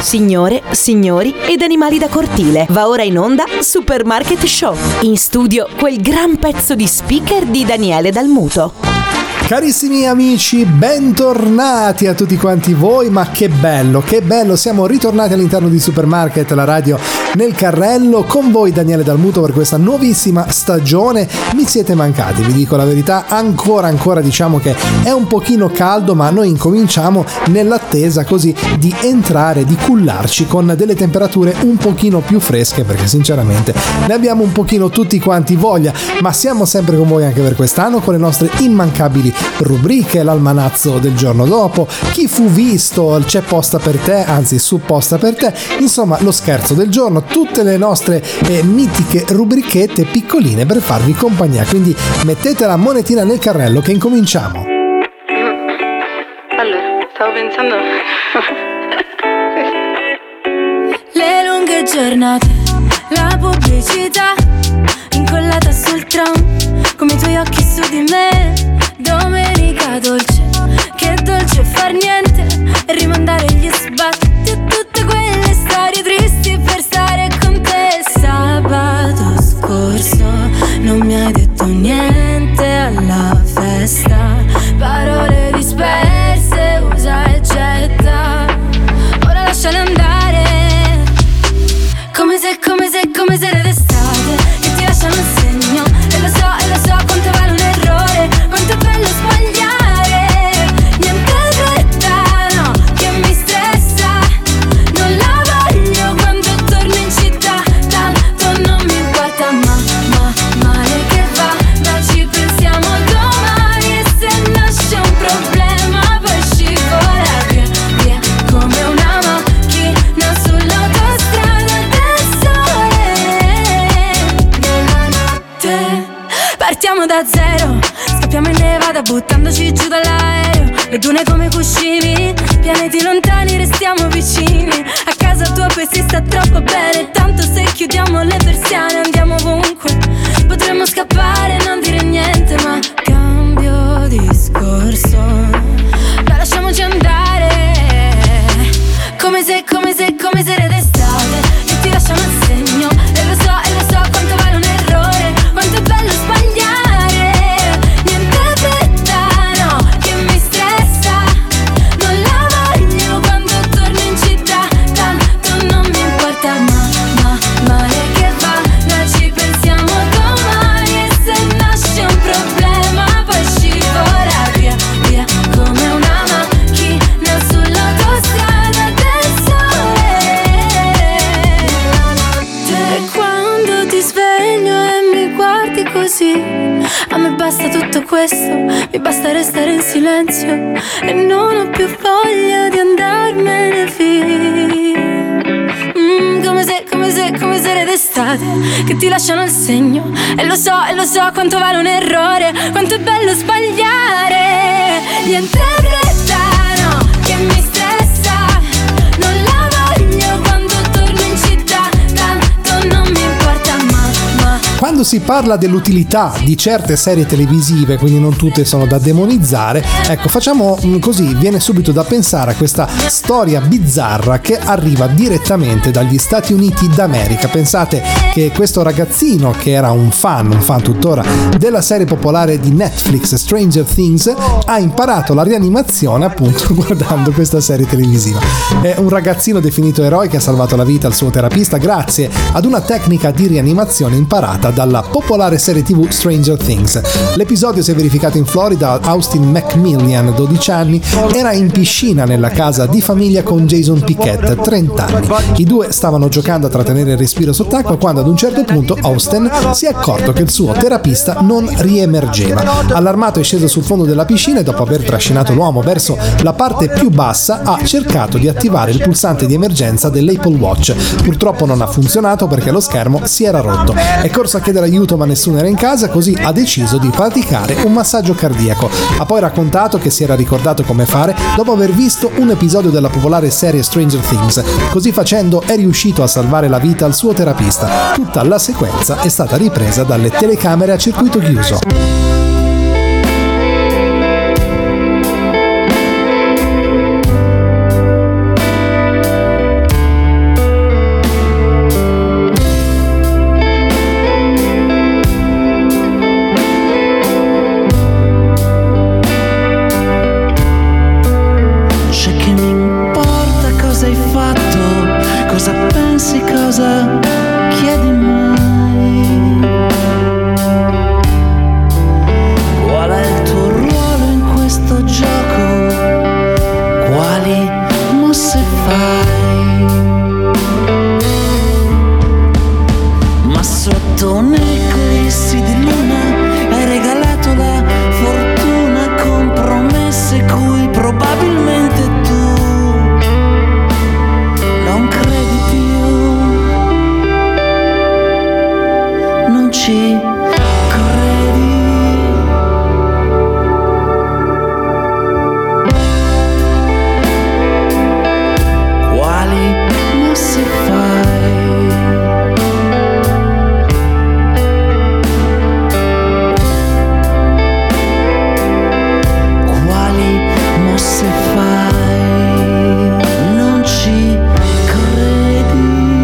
Signore, signori ed animali da cortile. Va ora in onda Supermarket Show. In studio quel gran pezzo di speaker di Daniele Dalmuto. Carissimi amici, bentornati a tutti quanti voi, ma che bello, siamo ritornati all'interno di Supermarket, la radio nel carrello, con voi Daniele Dalmuto per questa nuovissima stagione. Mi siete mancati, vi dico la verità, ancora diciamo che è un pochino caldo, ma noi incominciamo nell'attesa così di entrare, di cullarci con delle temperature un pochino più fresche, perché sinceramente ne abbiamo un pochino tutti quanti voglia, ma siamo sempre con voi anche per quest'anno con le nostre immancabili rubriche, l'almanazzo del giorno dopo, chi fu visto, c'è posta per te, anzi supposta per te, insomma lo scherzo del giorno, tutte le nostre mitiche rubrichette piccoline per farvi compagnia, quindi mettete la monetina nel carrello che incominciamo. Allora, stavo pensando le lunghe giornate, la pubblicità incollata sul tram, come i tuoi occhi su di me. Domenica dolce, che dolce far niente e rimandare gli sbatti a tutte quelle storie tristi per stare con te. Sabato scorso non mi hai detto niente alla festa, parole disperse, usa e getta. Ora lasciale andare, come se era d'estate, che ti lasciano il segno. E lo so quanto vale un errore, quanto è bello sbagliare. Niente fretta, no, che mi stressa. Non la voglio quando torno in città, tanto non mi importa, ma male che va. Dai, ci pensiamo domani e se nasce un problema poi scivola via come una macchina sull'autostrada del sole. Nella notte partiamo da zero, scappiamo in Nevada buttandoci giù dall'aereo. Le dune come cuscini, pianeti lontani restiamo vicini. A casa tua poi si sta troppo bene, tanto se chiudiamo le persiane andiamo ovunque. Potremmo scappare e non dire niente, ma cambio discorso. Dai, lasciamoci andare, come se era d'estate, che ti lasciano il segno. E lo so quanto vale un errore, quanto è bello sbagliare. Niente fretta, no, che mi stressa. Non la voglio quando torno in città, tanto non mi importa, ma male che va. Noi ci pensiamo domani e se nasce un problema poi scivola via come una macchina sull'autostrada del sole. E quando ti sveglio e mi guardi così, a me basta tutto questo, mi basta restare in silenzio e non ho più voglia di andarmene via. Come se era d'estate, che ti lasciano il segno. E lo so quanto vale un errore, quanto è bello sbagliare. Niente fretta, no, che mi stressa. Non la voglio quando torno in città, tanto non mi importa, ma Quando si parla dell'utilità di certe serie televisive, quindi non tutte sono da demonizzare, ecco, facciamo così, viene subito da pensare a questa storia bizzarra che arriva direttamente dagli Stati Uniti d'America. Pensate che questo ragazzino, che era un fan tuttora della serie popolare di Netflix Stranger Things, ha imparato la rianimazione appunto guardando questa serie televisiva. È un ragazzino definito eroe che ha salvato la vita al suo terapista grazie ad una tecnica di rianimazione imparata dalla popolare serie TV Stranger Things. L'episodio si è verificato in Florida. Austin McMillian, 12 anni, era in piscina nella casa di famiglia con Jason Piquet, 30 anni. I due stavano giocando a trattenere il respiro sott'acqua quando ad un certo punto Austin si è accorto che il suo terapista non riemergeva. Allarmato è sceso sul fondo della piscina e dopo aver trascinato l'uomo verso la parte più bassa ha cercato di attivare il pulsante di emergenza dell'Apple Watch. Purtroppo non ha funzionato perché lo schermo si era rotto. È corso a chiedere aiuto ma nessuno era in casa, così ha deciso di praticare un massaggio cardiaco. Ha poi raccontato che si era ricordato come fare dopo aver visto un episodio della popolare serie Stranger Things. Così facendo è riuscito a salvare la vita al suo terapista. Tutta la sequenza è stata ripresa dalle telecamere a circuito chiuso. Cosa pensi, cosa chiedi mai? Qual è il tuo ruolo in questo gioco? Quali mosse fai? Ma sotto un'eclissi di luna hai regalato la fortuna con promesse cui probabilmente tu non credi più, non ci credi. Quali mosse fai? Quali mosse fai? Non ci credi.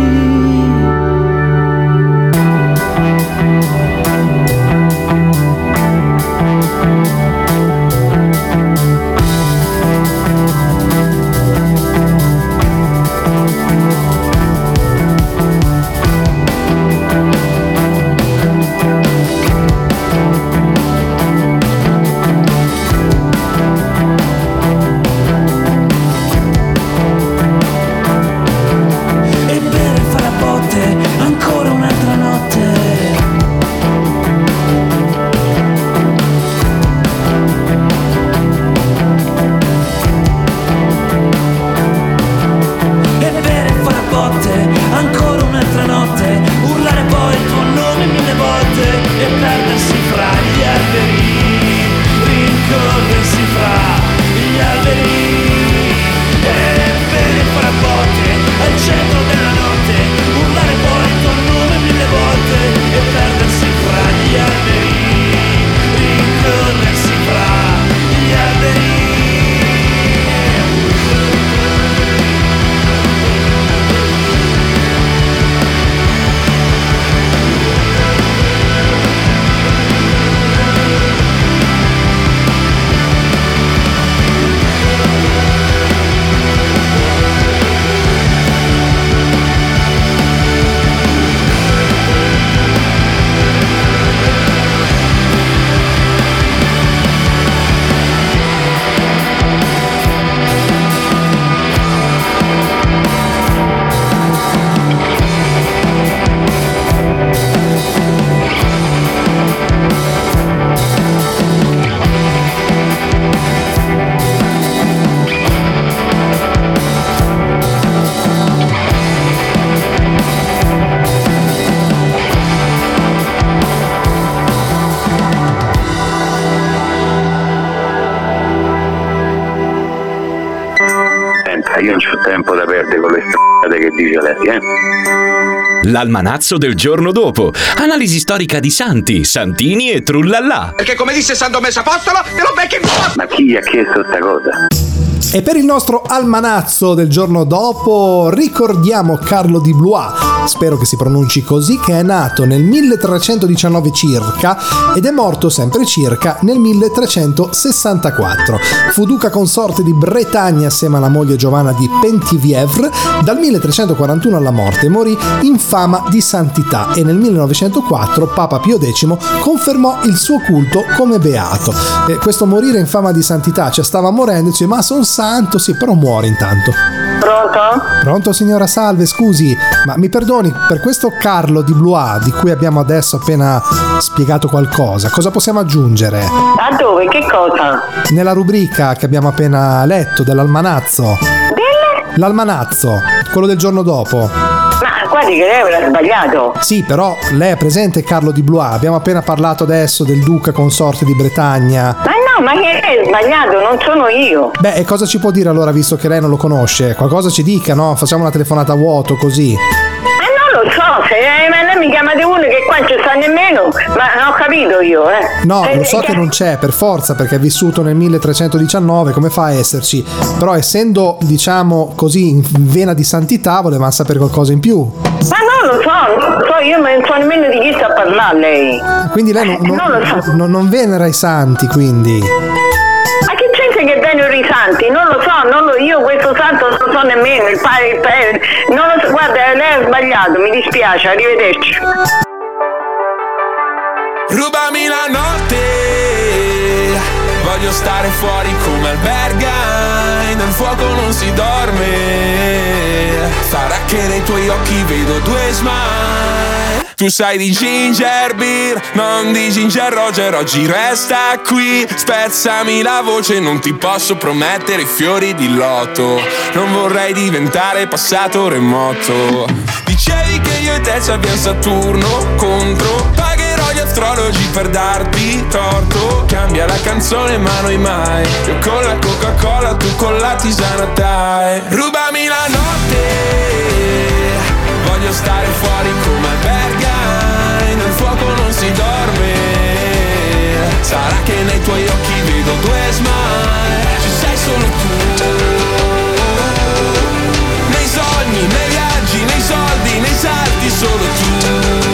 E bere fa la botte ancora un'altra notte. E bere fa la botte ancora un'altra notte. Urlare poi il tuo nome 1000 volte e perdersi fra gli alberi, rincorrersi fra gli alberi. E bere fa la botte al centro della notte, urlare poi il tuo nome 1000 volte e perdersi fra gli alberi, rincorrersi fra gli alberi. Senta, io non c'ho tempo da perdere con le strade che dice lei, L'almanazzo del giorno dopo. Analisi storica di santi, santini e trullallà. Perché come disse San Domenico Apostolo, te lo becchi in Ma chi gli ha chiesto sta cosa? E per il nostro almanazzo del giorno dopo ricordiamo Carlo di Blois, spero che si pronunci così, che è nato nel 1319 circa ed è morto sempre circa nel 1364. Fu duca consorte di Bretagna assieme alla moglie Giovanna di Penthièvre dal 1341 alla morte. Morì in fama di santità e nel 1904 Papa Pio X confermò il suo culto come beato. E questo morire in fama di santità, cioè stava morendo e dice ma sono santo, sì, però muore intanto. Pronto? Pronto signora, salve, scusi, ma mi perdoni, per questo Carlo di Blois di cui abbiamo adesso appena spiegato qualcosa, cosa possiamo aggiungere? A dove? Che cosa? Nella rubrica che abbiamo appena letto dell'almanazzo. L'almanazzo, quello del giorno dopo. Ma guardi che lei avrà sbagliato. Sì, però lei è presente Carlo di Blois? Abbiamo appena parlato adesso del duca consorte di Bretagna. Ma no, ma che lei è sbagliato, non sono io. Beh, e cosa ci può dire allora, visto che lei non lo conosce? Qualcosa ci dica, no? Facciamo una telefonata a vuoto, così. Non lo so, se lei mi chiamate uno che qua non ci sta nemmeno, ma non ho capito io, No, lo so che non c'è, per forza, perché è vissuto nel 1319, come fa a esserci? Però essendo, diciamo così, in vena di santità, volevamo sapere qualcosa in più. Ma non lo so, io non so nemmeno di chi sta a parlare lei. Quindi lei non lo so. non venera i santi, quindi. Ma che c'entra dice che vengono i santi, non lo so, io questo santo non lo so nemmeno, il padre, non lo so, guarda, lei ha sbagliato, mi dispiace, arrivederci. Rubami la notte, voglio stare fuori come albergai, nel fuoco non si dorme, sarà che nei tuoi occhi vedo due smile. Tu sai di ginger beer, non di ginger Roger, oggi resta qui, spezzami la voce, non ti posso promettere fiori di loto, non vorrei diventare passato remoto. Dicevi che io e te ci abbiamo Saturno contro, pagherò gli astrologi per darti torto, cambia la canzone ma noi mai, io con la Coca-Cola, tu con la tisana Thai. Rubami la notte, voglio stare fuori come albergai, nel fuoco non si dorme, sarà che nei tuoi occhi vedo due smile, ci sei solo tu, nei sogni, nei viaggi, nei soldi, nei salti, solo tu,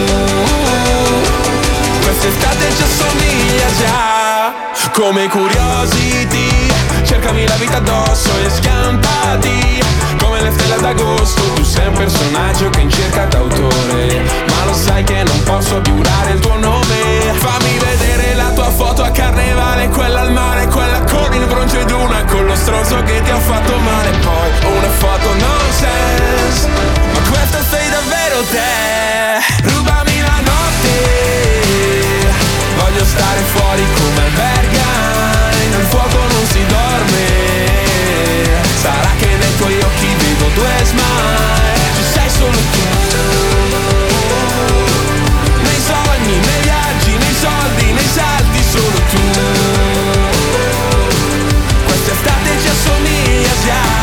quest'estate ci assomiglia già, come Curiosity, cercami la vita addosso e scampati, come le stelle d'agosto, tu sei un personaggio che è in cerca d'autore, ma lo sai che non posso abiurare il tuo nome. Fammi vedere la tua foto a carnevale, quella al mare, quella con il bronzo d'una, con lo stronzo che ti ha fatto male, poi una foto nonsense, ma questa sei davvero te. Rubami la notte, voglio stare fuori come albergai, nel fuoco non si dorme, sarà che nei tuoi occhi vedo due smile, ci sei solo tu, nei sogni, nei viaggi, nei soldi, nei salti, solo tu, quest'estate ci assomiglia già.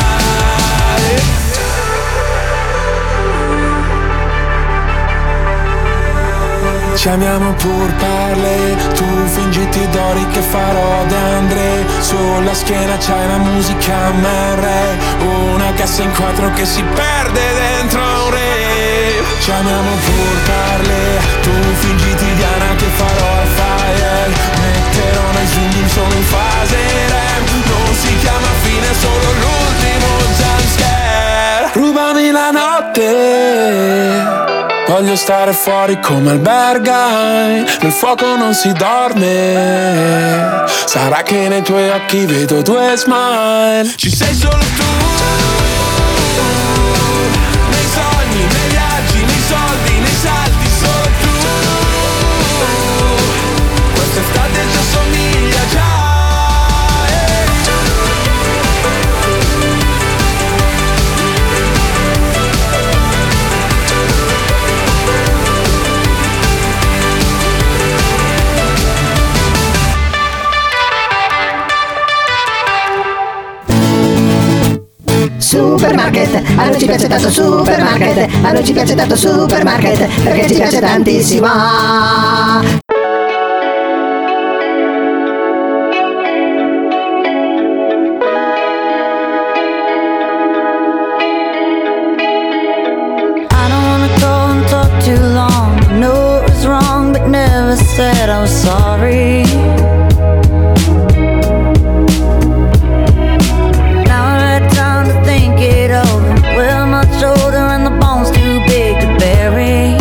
Ci amiamo pur parle, tu fingiti d'ori che farò d'Andre, sulla schiena c'hai la musica MR, una cassa in quattro che si perde dentro un rave. Ci amiamo pur parle, tu fingiti Diana che farò al fire, metterò nei zoom solo in fase REM, non si chiama fine, solo l'ultimo jumpscare. Rubami la notte, voglio stare fuori come albergai, nel fuoco non si dorme, sarà che nei tuoi occhi vedo due smile, ci sei solo tu, nei sogni, nei viaggi, nei soldi, nei salti, solo tu, quest'estate ci assomiglia già. Supermarket, a noi ci piace tanto Supermarket, a noi ci piace tanto Supermarket, perché ci piace tantissimo. I don't wanna go and talk too long. I know it was wrong, but never said I was sorry. We're much older and the bone's too big to bury.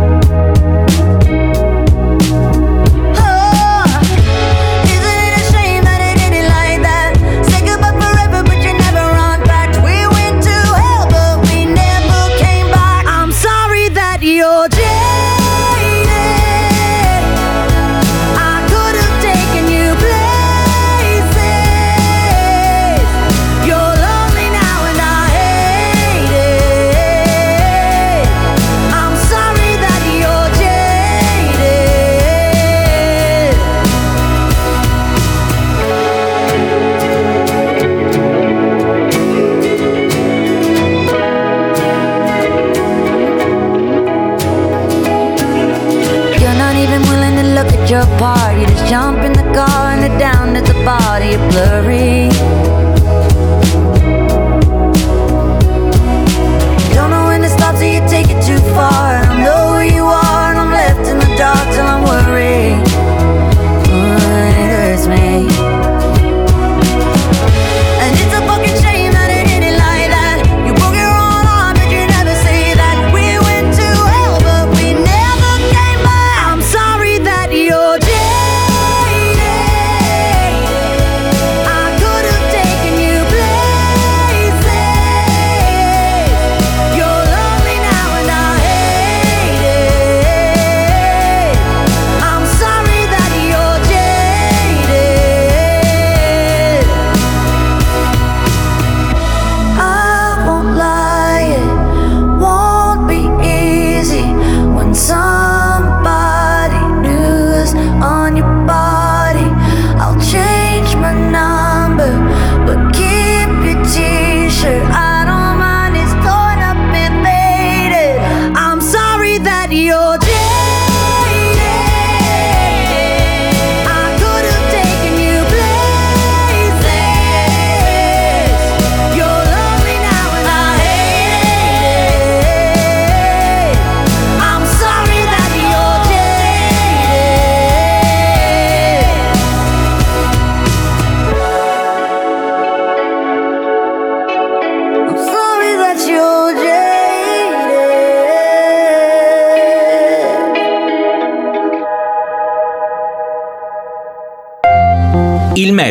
Oh, isn't it a shame that it ended like that? Say goodbye forever, but you never run back. We went to hell, but we never came back. I'm sorry that you're jaded. I could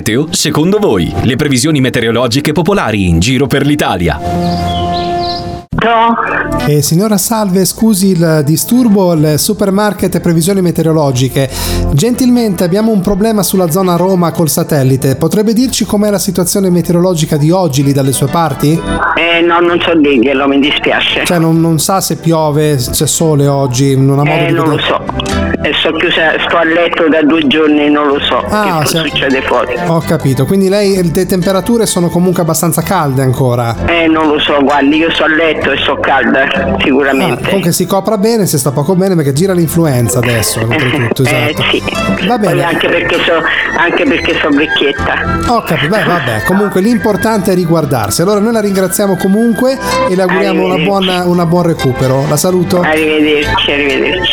meteo secondo voi. Le previsioni meteorologiche popolari in giro per l'Italia. Signora salve, scusi il disturbo, il supermarket e previsioni meteorologiche. Gentilmente abbiamo un problema sulla zona Roma col satellite. Potrebbe dirci com'è la situazione meteorologica di oggi lì dalle sue parti? No, non so dirglielo, mi dispiace. Cioè non sa se piove, c'è sole oggi, non ha modo di non vedere. lo so. Sto chiusa, sto a letto da 2 giorni, non lo so che succede fuori. Ho capito, quindi le temperature sono comunque abbastanza calde ancora? Non lo so, guardi, io sto a letto e sto calda, sicuramente. Comunque si copra bene, se sta poco bene, perché gira l'influenza adesso, oltretutto, esatto. Sì. Va bene. Poi anche perché so vecchietta. Ho capito, vabbè, comunque l'importante è riguardarsi. Allora noi la ringraziamo comunque e le auguriamo una buon recupero. La saluto. Arrivederci.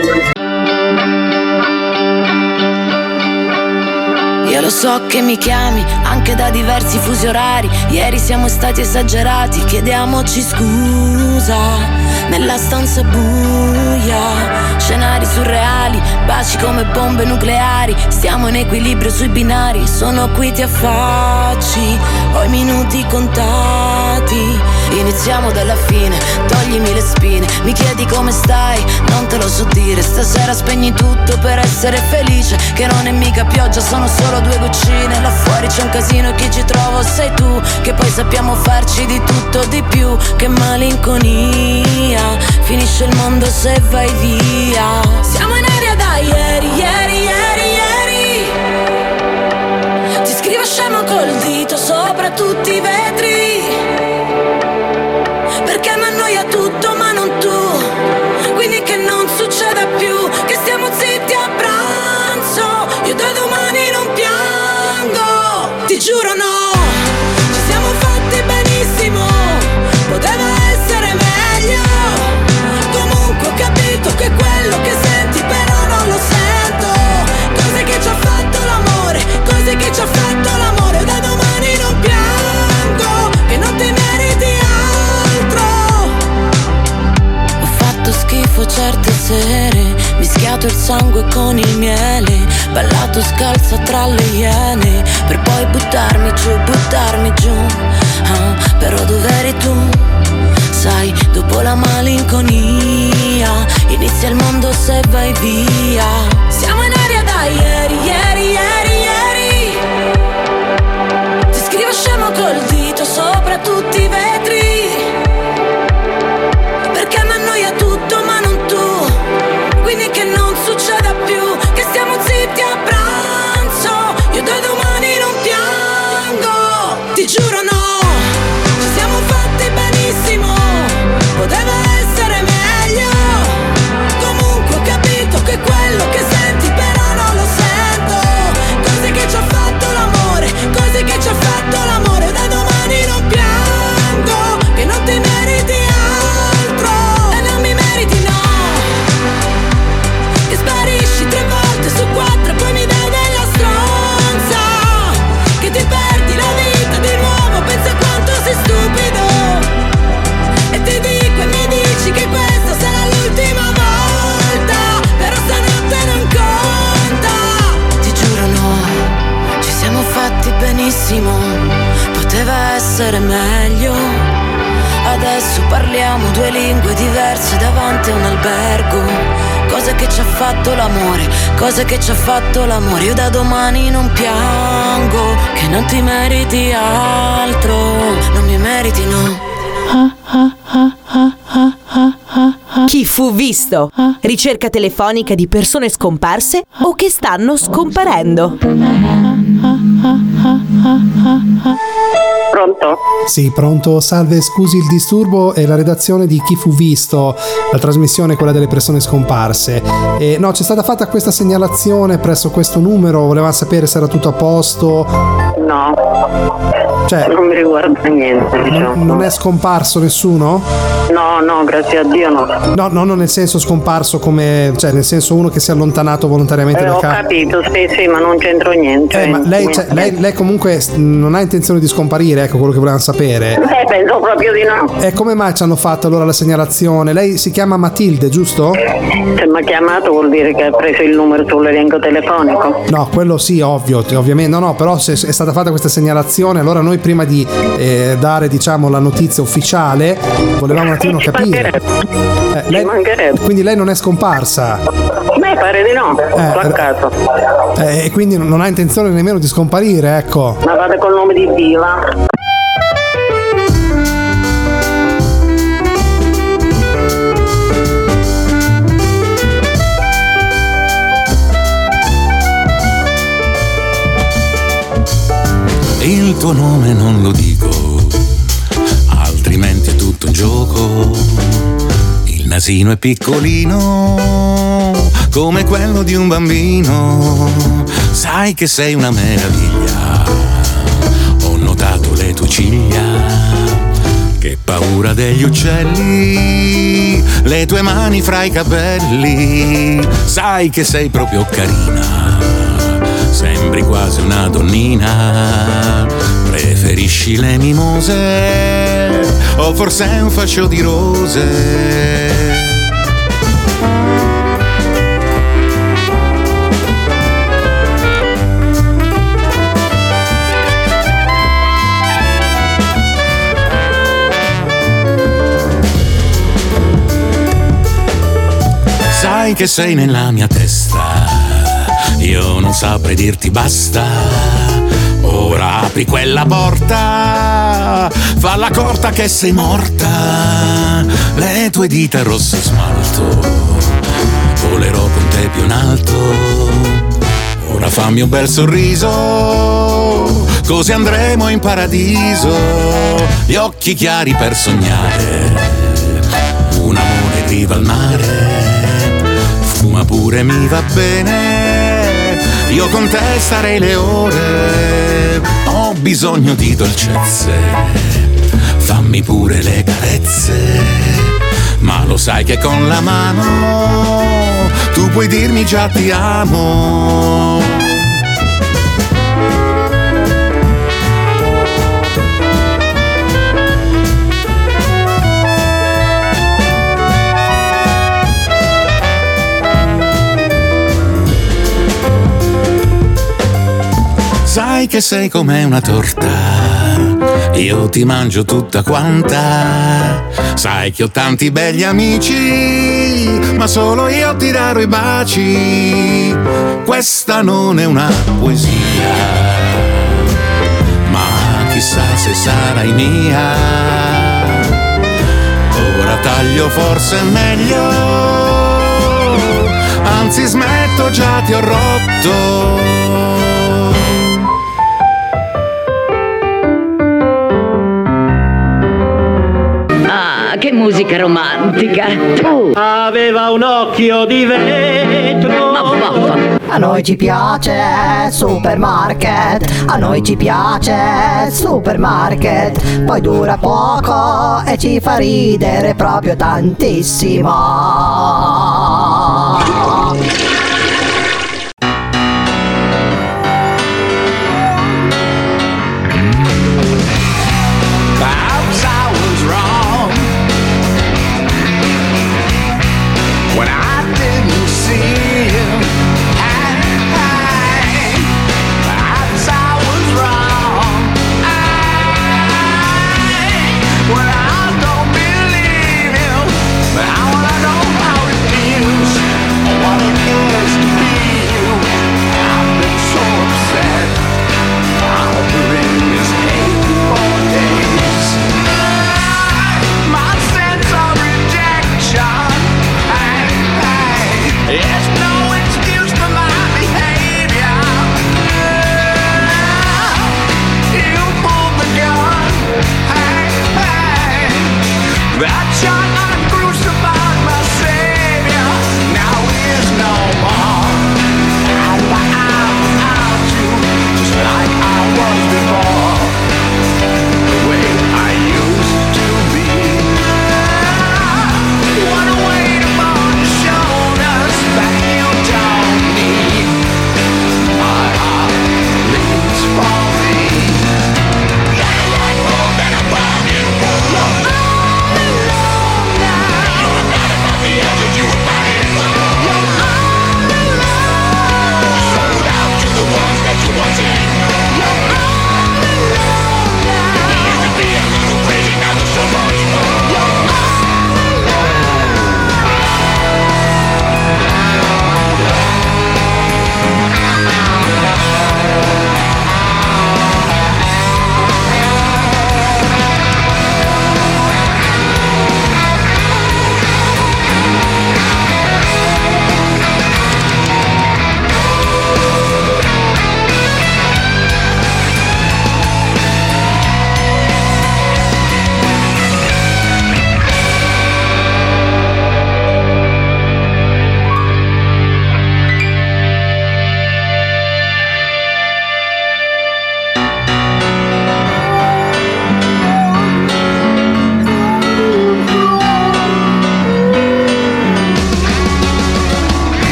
Io lo so che mi chiami anche da diversi fusi orari. Ieri siamo stati esagerati, chiediamoci scusa. Nella stanza buia, scenari surreali, baci come bombe nucleari. Stiamo in equilibrio sui binari, sono qui ti affacci, ho i minuti contati. Iniziamo dalla fine, toglimi le spine. Mi chiedi come stai, non te lo so dire. Stasera spegni tutto per essere felice, che non è mica pioggia, sono solo 2 goccine. Là fuori c'è un casino e chi ci trovo sei tu, che poi sappiamo farci di tutto di più. Che malinconia, finisce il mondo se vai via. Siamo in aria da ieri. Ti scrivo scemo col dito sopra tutti i vetri, perché mi annoia tutto ma non tu. Quindi che non succeda più, che stiamo zitti a pranzo. Io da domani non piango, ti giuro no. Ci siamo fatti benissimo, poteva essere meglio. Comunque ho capito che quello che senti però non lo sento. Cose che ci ha fatto l'amore, cose che ci ha fatto l'amore. Da domani non piango, che non ti meriti altro. Ho fatto schifo certe sere, mischiato il sangue con il miele, ballato scalza tra le iene, per poi buttarmi giù. Però dov'eri tu? Sai, dopo la malinconia inizia il mondo se vai via. Siamo in aria da ieri. Ti scrivo scemo col dito sopra tutti i vetri, perché mi annoia tutto ma non tu. Quindi che non succeda più, che stiamo zitti a pranzo. Io da domani non piango, ti giuro no. Ci siamo fatti benissimo, poteva essere meglio. Comunque ho capito che quello che senti però non lo sento. Cose che ci ha fatto l'amore, cose che ci ha fatto l'amore. Da domani non piango, che non ti meriti altro. E non mi meriti no, che sparisci 3 volte su 4 e poi mi dai della stronza. Che ti perdi la vita di nuovo, pensa quanto sei stupido. E ti dico e mi dici che questa sarà l'ultima volta, però stanotte non conta. Ti giuro no, ci siamo fatti benissimo, poteva essere meglio. Adesso parliamo 2 lingue diverse davanti a un albergo. Cose che ci ha fatto l'amore, cose che ci ha fatto l'amore. Io da domani non piango, che non ti meriti altro. Non mi meriti no. Chi fu visto? Ricerca telefonica di persone scomparse o che stanno scomparendo. Pronto? Sì, pronto, salve, scusi il disturbo, è la redazione di Chi fu visto, la trasmissione è quella delle persone scomparse. No, c'è stata fatta questa segnalazione presso questo numero, voleva sapere se era tutto a posto. No, cioè, non mi riguarda niente, diciamo. Non è scomparso nessuno? No, grazie a Dio no. No, non nel senso scomparso come, cioè nel senso uno che si è allontanato volontariamente da Ho casa. capito, sì, ma non c'entro niente. Ma lei comunque non ha intenzione di scomparire, ecco quello che volevamo sapere. Penso proprio di no. E come mai ci hanno fatto allora la segnalazione? Lei si chiama Matilde, giusto? Se mi ha chiamato vuol dire che ha preso il numero sull'elenco telefonico. No, quello sì, ovviamente. No, però se è stata fatta questa segnalazione, allora noi prima di dare, diciamo, la notizia ufficiale, volevamo un attimino capire. Ci mancherebbe. Quindi lei non è scomparsa? Me pare di no, a caso. E quindi non ha intenzione nemmeno di scomparire, ecco. Ma vado col nome di Viva. Il tuo nome non lo dico, altrimenti è tutto un gioco. Il nasino è piccolino, come quello di un bambino. Sai che sei una meraviglia, ho notato le tue ciglia. Che paura degli uccelli, le tue mani fra i capelli. Sai che sei proprio carina, sembri quasi una donnina. Preferisci le mimose o forse un fascio di rose? Sai che sei nella mia testa, io non saprei dirti basta. Ora apri quella porta, falla corta che sei morta. Le tue dita rosse smalto, volerò con te più in alto. Ora fammi un bel sorriso, così andremo in paradiso. Gli occhi chiari per sognare, un amore in riva al mare. Fuma pure, mi va bene, io con te starei le ore. Ho bisogno di dolcezze, fammi pure le carezze. Ma lo sai che con la mano tu puoi dirmi già ti amo. Sai che sei come una torta, io ti mangio tutta quanta. Sai che ho tanti begli amici, ma solo io ti darò i baci. Questa non è una poesia, ma chissà se sarai mia. Ora taglio, forse è meglio, anzi smetto, già ti ho rotto. Che musica romantica! Aveva un occhio di vetro. Ma vaffanculo. A noi ci piace Supermarket, a noi ci piace Supermarket. Poi dura poco e ci fa ridere proprio tantissimo.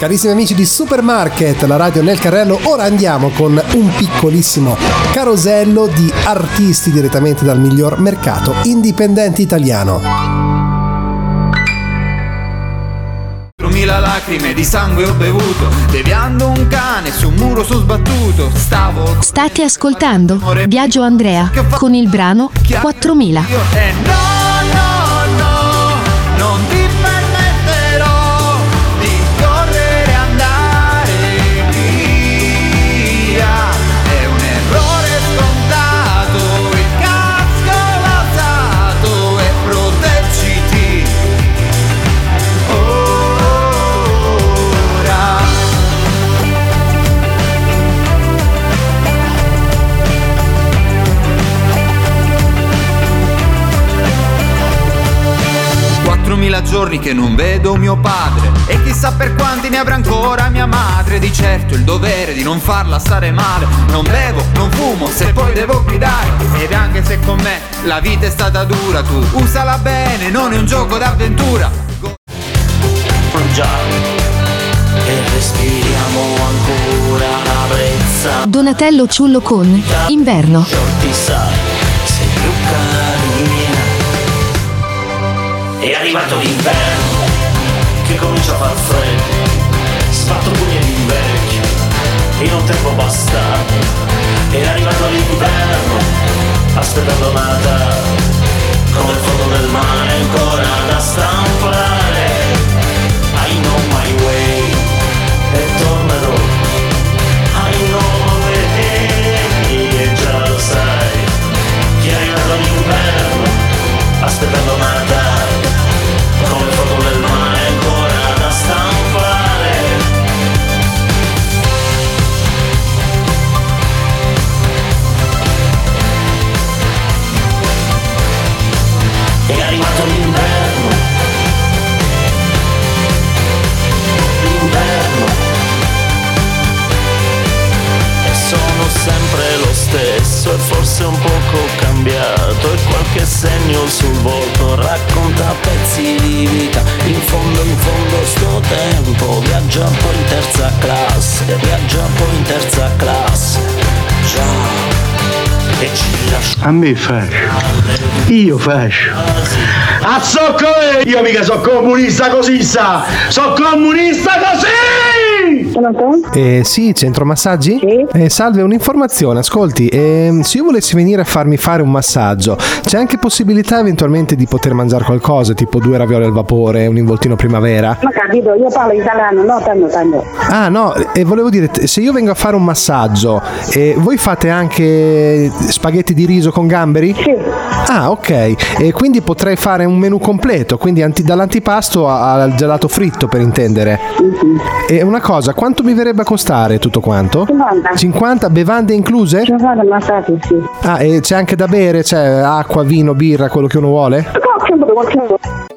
Carissimi amici di Supermarket, la radio nel carrello, ora andiamo con un piccolissimo carosello di artisti direttamente dal miglior mercato indipendente italiano. 4.000 lacrime di sangue ho bevuto, deviando un cane su un muro sbattuto. State ascoltando Viaggio Andrea con il brano 4000. Non ti permetterò di correre e andare via. È un errore scontato, il casco va usato e proteggiti ora. 4.000 giorni che non vedo mio padre, e chissà per quanti ne avrà ancora mia madre. Di certo il dovere di non farla stare male. Non bevo, non fumo, se poi devo guidare. Ed anche se con me la vita è stata dura, tu usala bene, non è un gioco d'avventura. Già, e respiriamo ancora la brezza. Donatello Ciullo con Inverno. Ti sai, sei più carina. È arrivato l'inverno, che comincia a far freddo. Sbatto pugni d'invecchio, in un tempo bastardo. È arrivato l'inverno, aspettando Natale, come il fondo del mare ancora da stampare. I know my way, e tornerò. I know my way, e già lo sai, che è arrivato l'inverno, aspettando Natale, come il fuoco del mare ancora da stampare. È arrivato l'inverno, l'inverno, e sono sempre lo stesso, e forse un poco cambiato, e qualche segno sul volto racconta pezzi di vita. In fondo sto tempo viaggia un po' in terza classe, viaggia un po' in terza classe, già, e ci lascia. A me faccio, io faccio. A zocco io mica so comunista così sa, so comunista così! Sì, centro massaggi? Sì. Salve, un'informazione, ascolti, se io volessi venire a farmi fare un massaggio, c'è anche possibilità eventualmente di poter mangiare qualcosa, tipo 2 ravioli al vapore, un involtino primavera? Ma capito, io parlo italiano, no, tanto. Ah no, e volevo dire, se io vengo a fare un massaggio, voi fate anche spaghetti di riso con gamberi? Sì. Ah, ok, e quindi potrei fare un menù completo, quindi dall'antipasto al gelato fritto, per intendere. Mm-hmm. E una cosa, quanto mi verrebbe a costare tutto quanto? 50. 50, bevande incluse? 50 massaggi, sì. Ah, e c'è anche da bere? C'è acqua, vino, birra, quello che uno vuole? Qualche.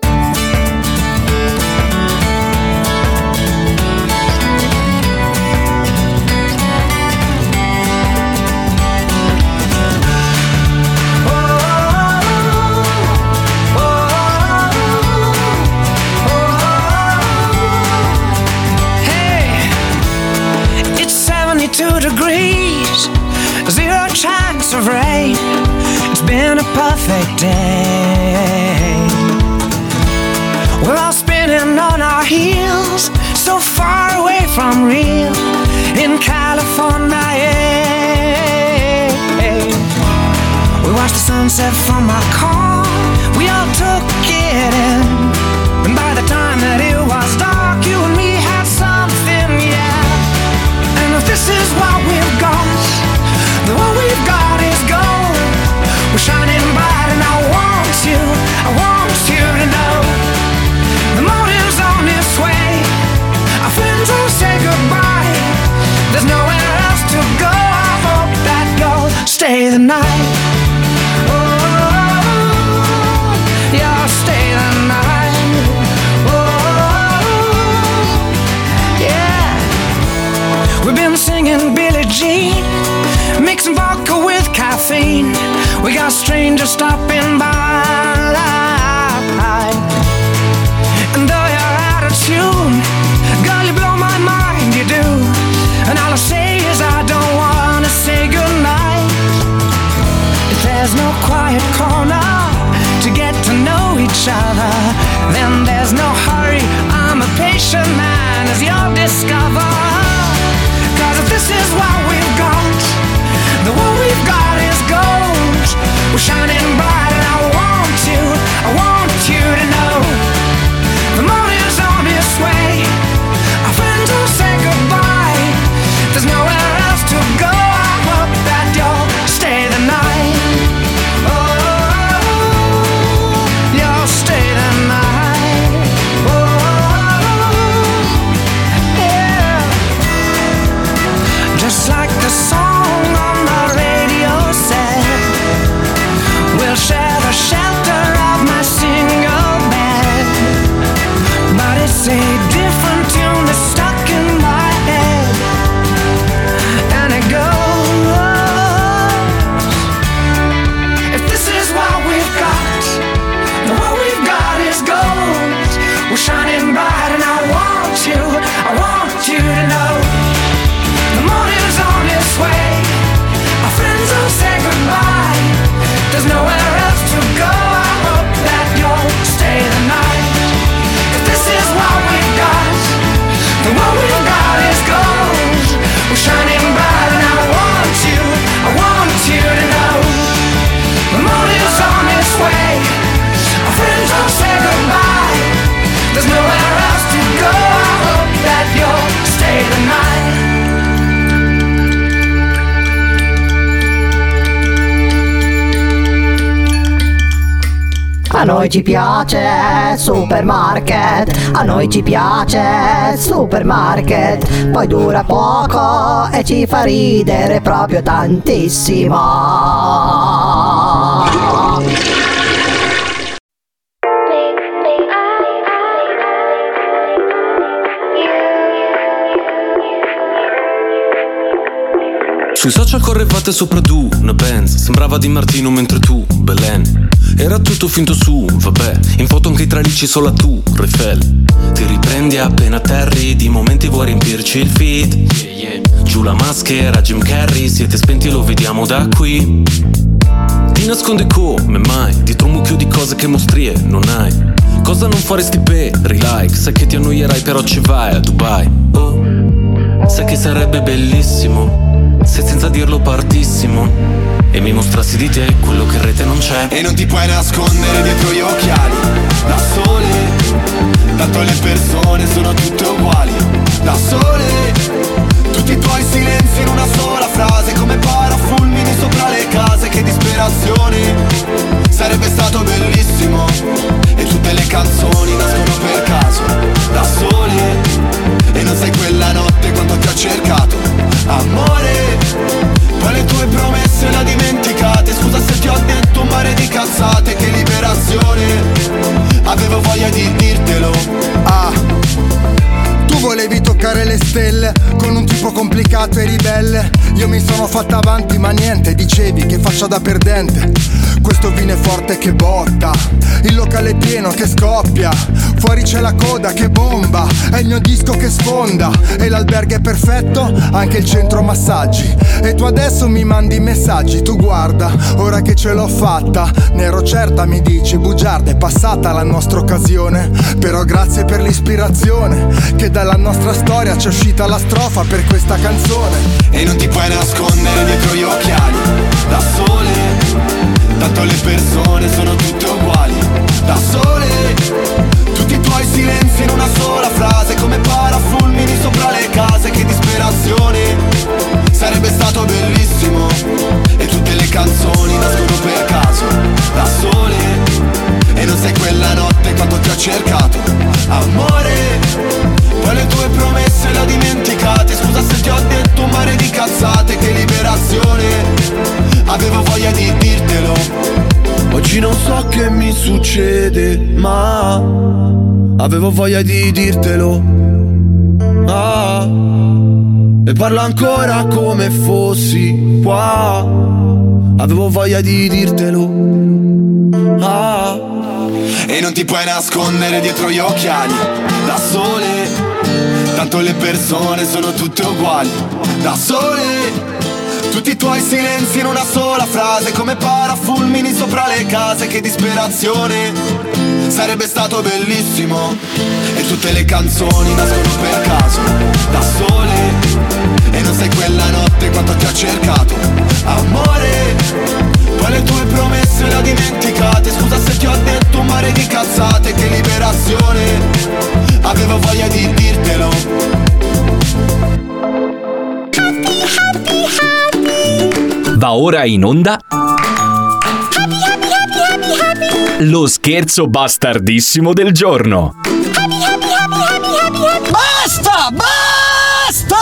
Degrees, 0 chance of rain. It's been a perfect day. We're all spinning on our heels, so far away from real in California. We watched the sunset from our car, we all took it in, and by the time that it was dark, you and me had something, yeah. This is what we've got, what we've got is gold. We're shining bright and I want you to know. The morning's on its way, our friends will say goodbye. There's nowhere else to go, I hope that you'll stay the night. Oh, you'll stay the night. Oh, yeah. We've been singing Billie Jean, mixing vodka with caffeine. We got strangers stopping by, and though you're out of tune, girl, you blow my you'll discover. 'Cause this is what we've got. The what we've got is gold. We're shining bright and I want you to know. The morning's on its way. Our friends will say goodbye. There's nowhere else to go. I hope that you'll stay the night. Oh, you'll stay the night. Oh, yeah. Just like the song on the radio said, we'll share the shelter of my single bed. But it's a different tune that's stuck in my head. And it goes, if this is what we've got, then what we've got is gold. We're shining bright and I want you to know. The morning's on its way. Our friends will say goodbye. There's nowhere else to go. I hope that you'll stay the night. If this is what we've got, then what we've got is gold. We're shining bright and I want you to know. The morning's on its way. Our friends will say goodbye. There's nowhere else to go. I hope that you'll stay the night. A noi ci piace Supermarket, a noi ci piace Supermarket, poi dura poco e ci fa ridere proprio tantissimo. Sui social correvate sopra tu, una Benz, sembrava Di Martino mentre tu, Belen. Era tutto finto su, vabbè, in foto anche i tralicci solo a tu, Eiffel. Ti riprendi appena atterri, di momenti vuoi riempirci il feed. Giù la maschera, Jim Carrey, siete spenti e lo vediamo da qui. Ti nasconde come mai, dietro un mucchio di cose che mostrie non hai. Cosa non faresti per like, sai che ti annoierai però ci vai a Dubai. Oh, sai che sarebbe bellissimo se senza dirlo partissimo e mi mostrassi di te quello che in rete non c'è. E non ti puoi nascondere dietro gli occhiali da sole, tanto le persone sono tutte uguali. Da sole, tutti i tuoi silenzi in una sola frase, come parafulmini sopra le case. Che disperazione, sarebbe stato bellissimo. E tutte le canzoni nascono per caso, da sole. E non sai quella notte quando ti ho cercato, amore. Poi le tue promesse le ho dimenticate. Scusa se ti ho detto un mare di cazzate. Che liberazione, avevo voglia di dirtelo. Tu volevi toccare le stelle con un tipo complicato e ribelle. Io mi sono fatta avanti ma niente, dicevi che faccia da perdente. Questo vino è forte che botta, il locale è pieno che scoppia, fuori c'è la coda che bomba, è il mio disco che sfonda. E l'albergo è perfetto, anche il centro massaggi. E tu adesso mi mandi messaggi, tu guarda, ora che ce l'ho fatta. Ne ero certa, mi dici, bugiarda, è passata la nostra occasione. Però grazie per l'ispirazione, che dalla nostra storia c'è uscita la strofa per questa canzone. E non ti puoi nascondere dietro gli occhiali, da sole, tanto le persone sono tutte uguali. Da sole, tutti i tuoi silenzi in una sola frase, come parafulmini sopra le case. Che disperazione, sarebbe stato bellissimo. E tutte le canzoni nascono per caso, da sole. E non sai quella notte quando ti ho cercato, amore. Poi le tue promesse le ho dimenticate. Scusa se ti ho detto un mare di cazzate. Che liberazione, avevo voglia di dirtelo. Oggi non so che mi succede, ma avevo voglia di dirtelo. E parlo ancora come fossi qua. Avevo voglia di dirtelo. E non ti puoi nascondere dietro gli occhiali, da sole, tanto le persone sono tutte uguali. Da sole, tutti i tuoi silenzi in una sola frase, come parafulmini sopra le case. Che disperazione, sarebbe stato bellissimo. E tutte le canzoni nascono per caso, Va ora in onda lo scherzo bastardissimo del giorno. Basta! Basta!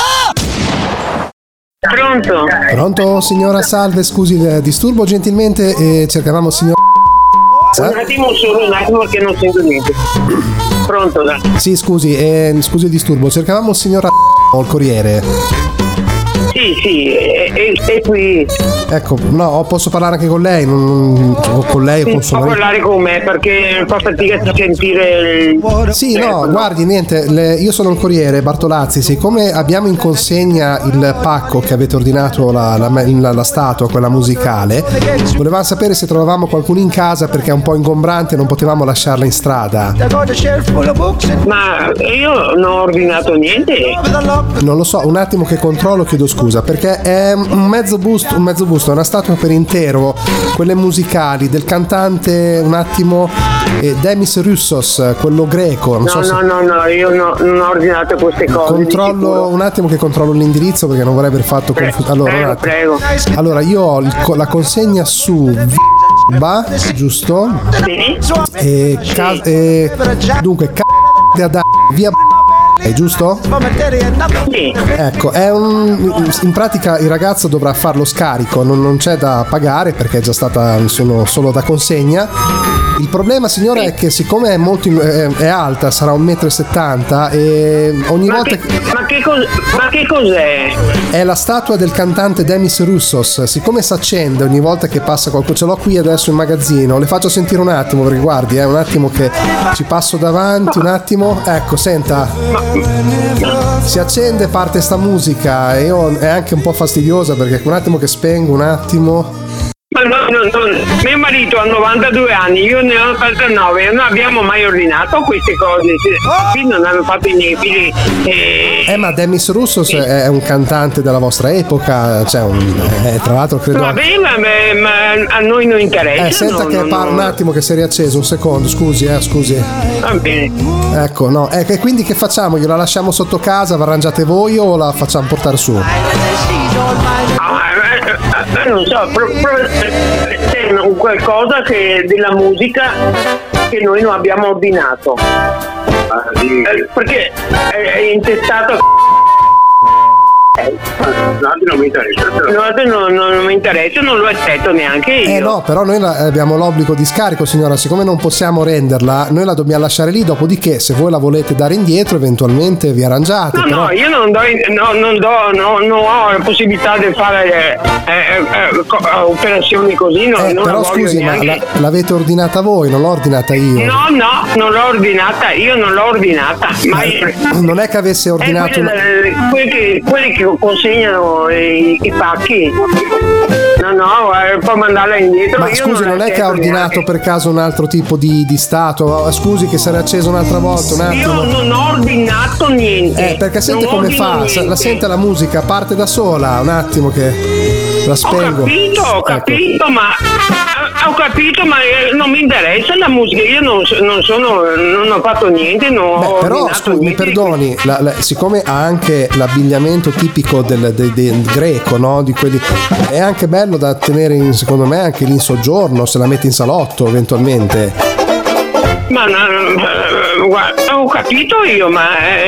Pronto? Pronto, signora, salve, scusi il disturbo, gentilmente cercavamo il signor... Un attimo che non sento niente. Pronto, da? Sì, scusi il disturbo, cercavamo il signor il corriere. Sì, è qui. Ecco, no, posso parlare anche con lei? Con lei Può parlare con me perché fa fatica a sentire Sì, no, guardi, niente, io sono il corriere Bartolazzi. Siccome abbiamo in consegna il pacco che avete ordinato, la statua, quella musicale, volevamo sapere se trovavamo qualcuno in casa perché è un po' ingombrante e non potevamo lasciarla in strada. Ma io non ho ordinato niente. Non lo so, un attimo che controllo, chiedo scusa, perché è un mezzo busto, una statua per intero, quelle musicali del cantante, un attimo, Demis Roussos, quello greco. No, io non ho ordinato queste cose. Controllo un attimo che controllo l'indirizzo perché non vorrei aver fatto confusione. Prego. Allora, io ho la consegna su giusto? Sì. Dunque, via è giusto? Sì. Ecco, in pratica il ragazzo dovrà fare lo scarico, non c'è da pagare perché è già stata solo da consegna. Il problema, signora, è che siccome è molto è alta, sarà 1,70 m e ogni volta ma che cos'è? È la statua del cantante Demis Roussos. Siccome si accende ogni volta che passa qualcuno, ce l'ho qui adesso in magazzino, le faccio sentire un attimo perché guardi, un attimo che ci passo davanti, un attimo. Ecco, senta. Si accende, parte sta musica e è anche un po' fastidiosa perché un attimo che spengo, un attimo. Ma no, mio marito ha 92 anni, io ne ho 89, non abbiamo mai ordinato queste cose, qui non hanno fatto i nebili. Ma Demis Roussos è un cantante della vostra epoca, cioè tra l'altro credo... Vabbè, ma a noi non interessa. Senta un attimo che si è riacceso, un secondo, scusi. Va bene. Ecco, no, e quindi che facciamo? Gliela lasciamo sotto casa, vi arrangiate voi o la facciamo portare su? Non so, c'è qualcosa della musica che noi non abbiamo ordinato. Perché è intestato. Non mi interessa, non lo aspetto neanche io. No, però noi abbiamo l'obbligo di scarico, signora, siccome non possiamo renderla, noi la dobbiamo lasciare lì, dopodiché se voi la volete dare indietro eventualmente vi arrangiate. No, io non ho la possibilità di fare operazioni così, però scusi, ma l'avete ordinata voi, non l'ho ordinata io. No, non l'ho ordinata, io non l'ho ordinata. Ma non è che avesse ordinato quelli che consegnano i pacchi. No, può mandarla indietro. Ma scusi, non è che ha ordinato per caso un altro tipo di statua? Scusi che si era acceso un'altra volta, un attimo. Io non ho ordinato niente. Perché sente come fa? La sente la musica, parte da sola, un attimo che la spengo. Ho capito, ma non mi interessa la musica, io non ho fatto niente, però scusi, mi perdoni, siccome ha anche l'abbigliamento tipico del greco, no? Di quelli, è anche bello da tenere secondo me anche lì in soggiorno, se la metti in salotto eventualmente. Ma guarda, ho capito io, ma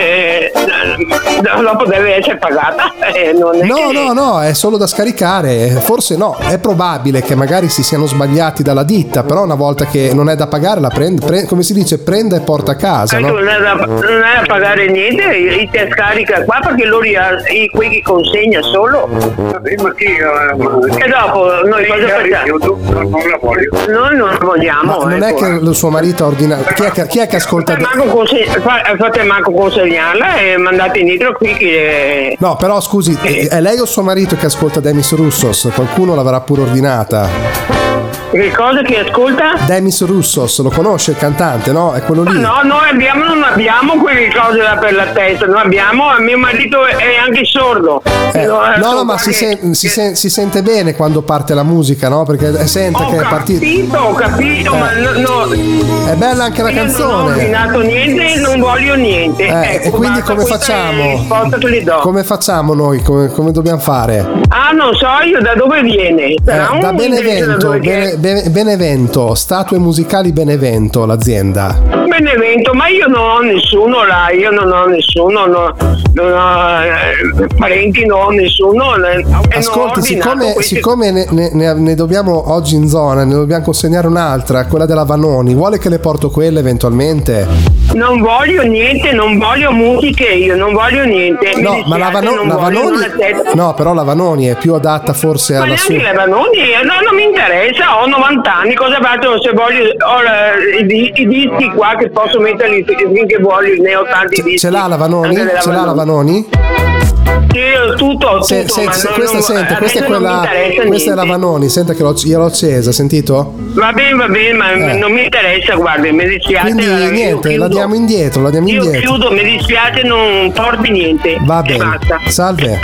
dopo deve essere pagata. No, è solo da scaricare. Forse no, è probabile che magari si siano sbagliati dalla ditta, però una volta che non è da pagare la prende, come si dice, prende e porta a casa. No? Non è da pagare niente, te scarica qua perché loro qui che consegna solo. E dopo noi cosa facciamo? Non la voglio. Noi non la vogliamo. Ma non è che il suo marito ha ordinato. Chi è che ascolta? Fate manco consegnarla e mandate indietro qui che... No, però scusi, è lei o suo marito che ascolta Demis Roussos? Qualcuno l'avrà pure ordinata. Che cosa che ascolta? Demis Roussos, lo conosce il cantante, no? È quello lì. No, noi non abbiamo quelle cose là per la testa, noi abbiamo, mio marito è anche sordo. No, ma si sente bene quando parte la musica, no? Perché sente che è partito. Ho capito, ma no. È bella anche la canzone. Non ho ordinato niente, non voglio niente. E quindi come facciamo? Come facciamo noi? Come dobbiamo fare? Ah, non so io da dove viene. Da Benevento, Statue Musicali Benevento, l'azienda. Benevento, ma io non ho nessuno là, io non ho nessuno, non ho parenti, non ho nessuno. Ascolti, siccome ne dobbiamo oggi in zona, ne dobbiamo consegnare un'altra, quella della Vanoni, vuole che le porto quella eventualmente? Non voglio niente, non voglio musiche, io non voglio niente. No, ma la Vanoni no, però la Vanoni è più adatta forse alla sua. Ma neanche la Vanoni, non mi interessa, ho 90 anni, cosa faccio se voglio? Ho i dischi qua che posso metterli finché voglio, ne ho tanti dischi. Ce l'ha la Vanoni? La Vanoni? Sì, tutto. Questa è quella. Questa è la Vanoni, senta che gliel'ho accesa, sentito? Va bene, ma non mi interessa, guarda, mi dispiace. Quindi niente, la diamo indietro, Io chiudo, mi dispiace, non porti niente. Va bene. Basta. Salve.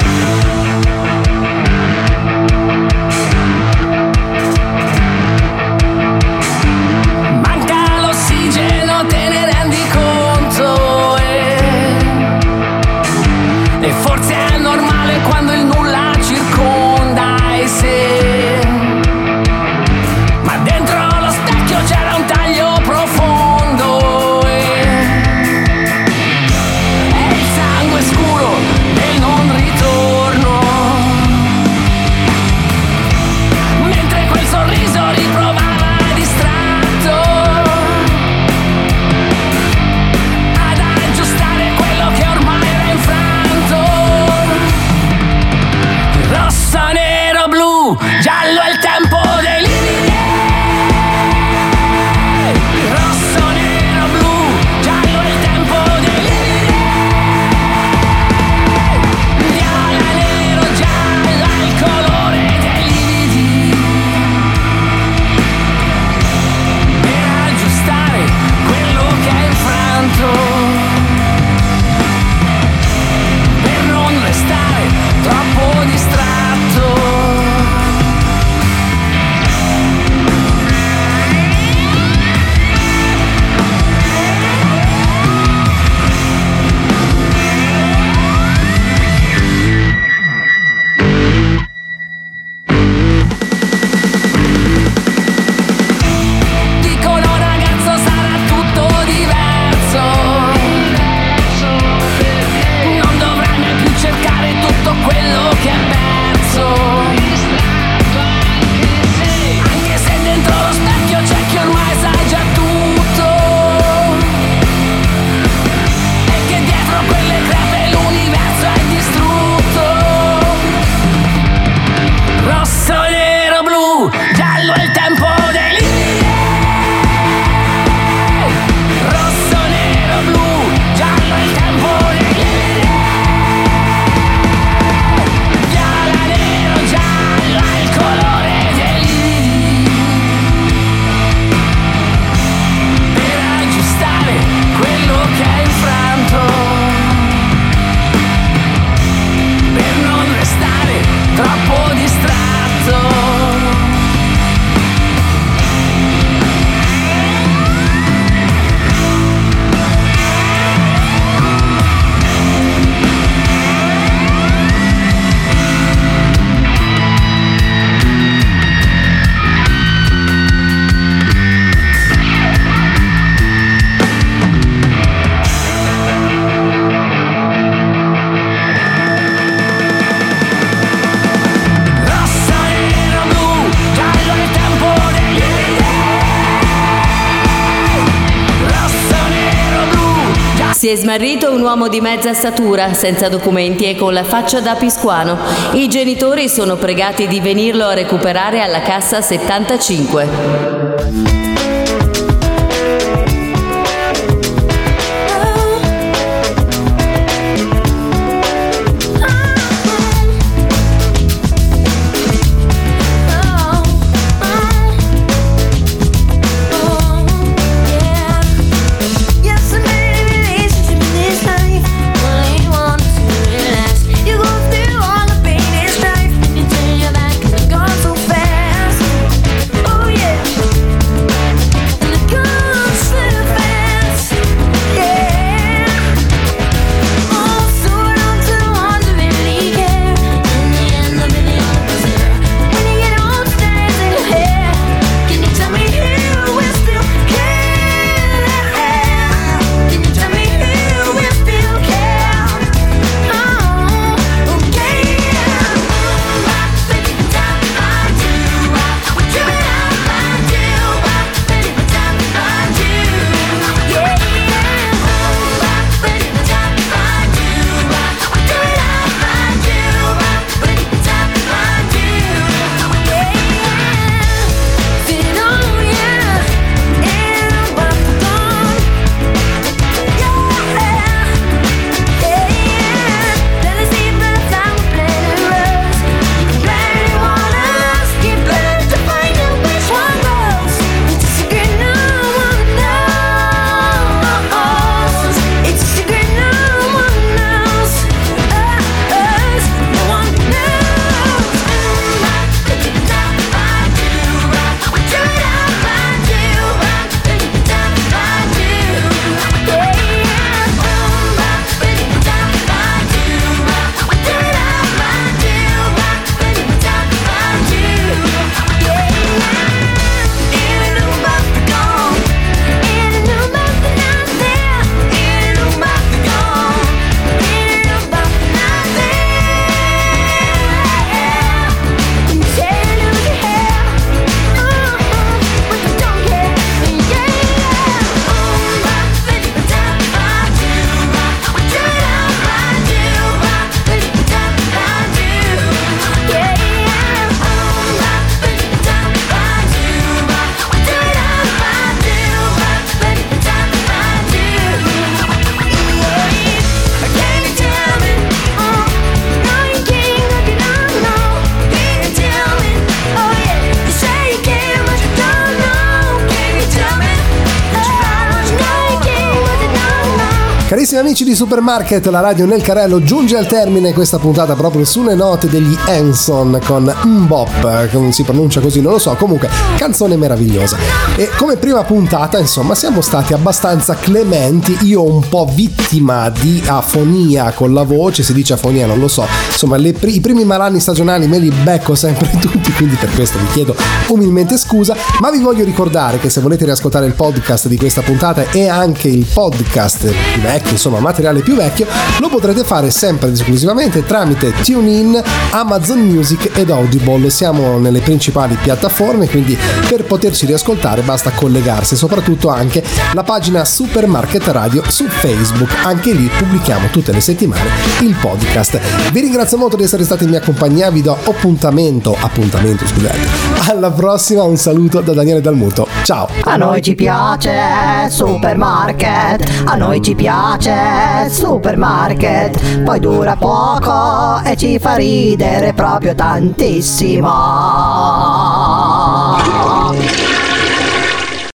Si è smarrito un uomo di mezza statura, senza documenti e con la faccia da piscuano. I genitori sono pregati di venirlo a recuperare alla cassa 75. Carissimi amici di Supermarket, la radio nel carrello giunge al termine questa puntata proprio sulle note degli Hanson con Mbop, che non si pronuncia così, non lo so, comunque canzone meravigliosa. E come prima puntata, insomma, siamo stati abbastanza clementi, io un po' vittima di afonia con la voce, si dice afonia, non lo so, insomma i primi malanni stagionali me li becco sempre tutti, quindi per questo vi chiedo umilmente scusa, ma vi voglio ricordare che se volete riascoltare il podcast di questa puntata e anche il podcast più vecchio, insomma materiale più vecchio, lo potrete fare sempre ed esclusivamente tramite TuneIn, Amazon Music ed Audible. Siamo nelle principali piattaforme, quindi per poterci riascoltare basta collegarsi, soprattutto anche la pagina Supermarket Radio su Facebook, anche lì pubblichiamo tutte le settimane il podcast. Vi ringrazio molto di essere stati in mia compagnia, vi do appuntamento scusate, alla prossima, un saluto da Daniele Dalmuto, ciao. A noi ci piace Supermarket, a noi ci piace Supermarket, poi dura poco e ci fa ridere proprio tantissimo.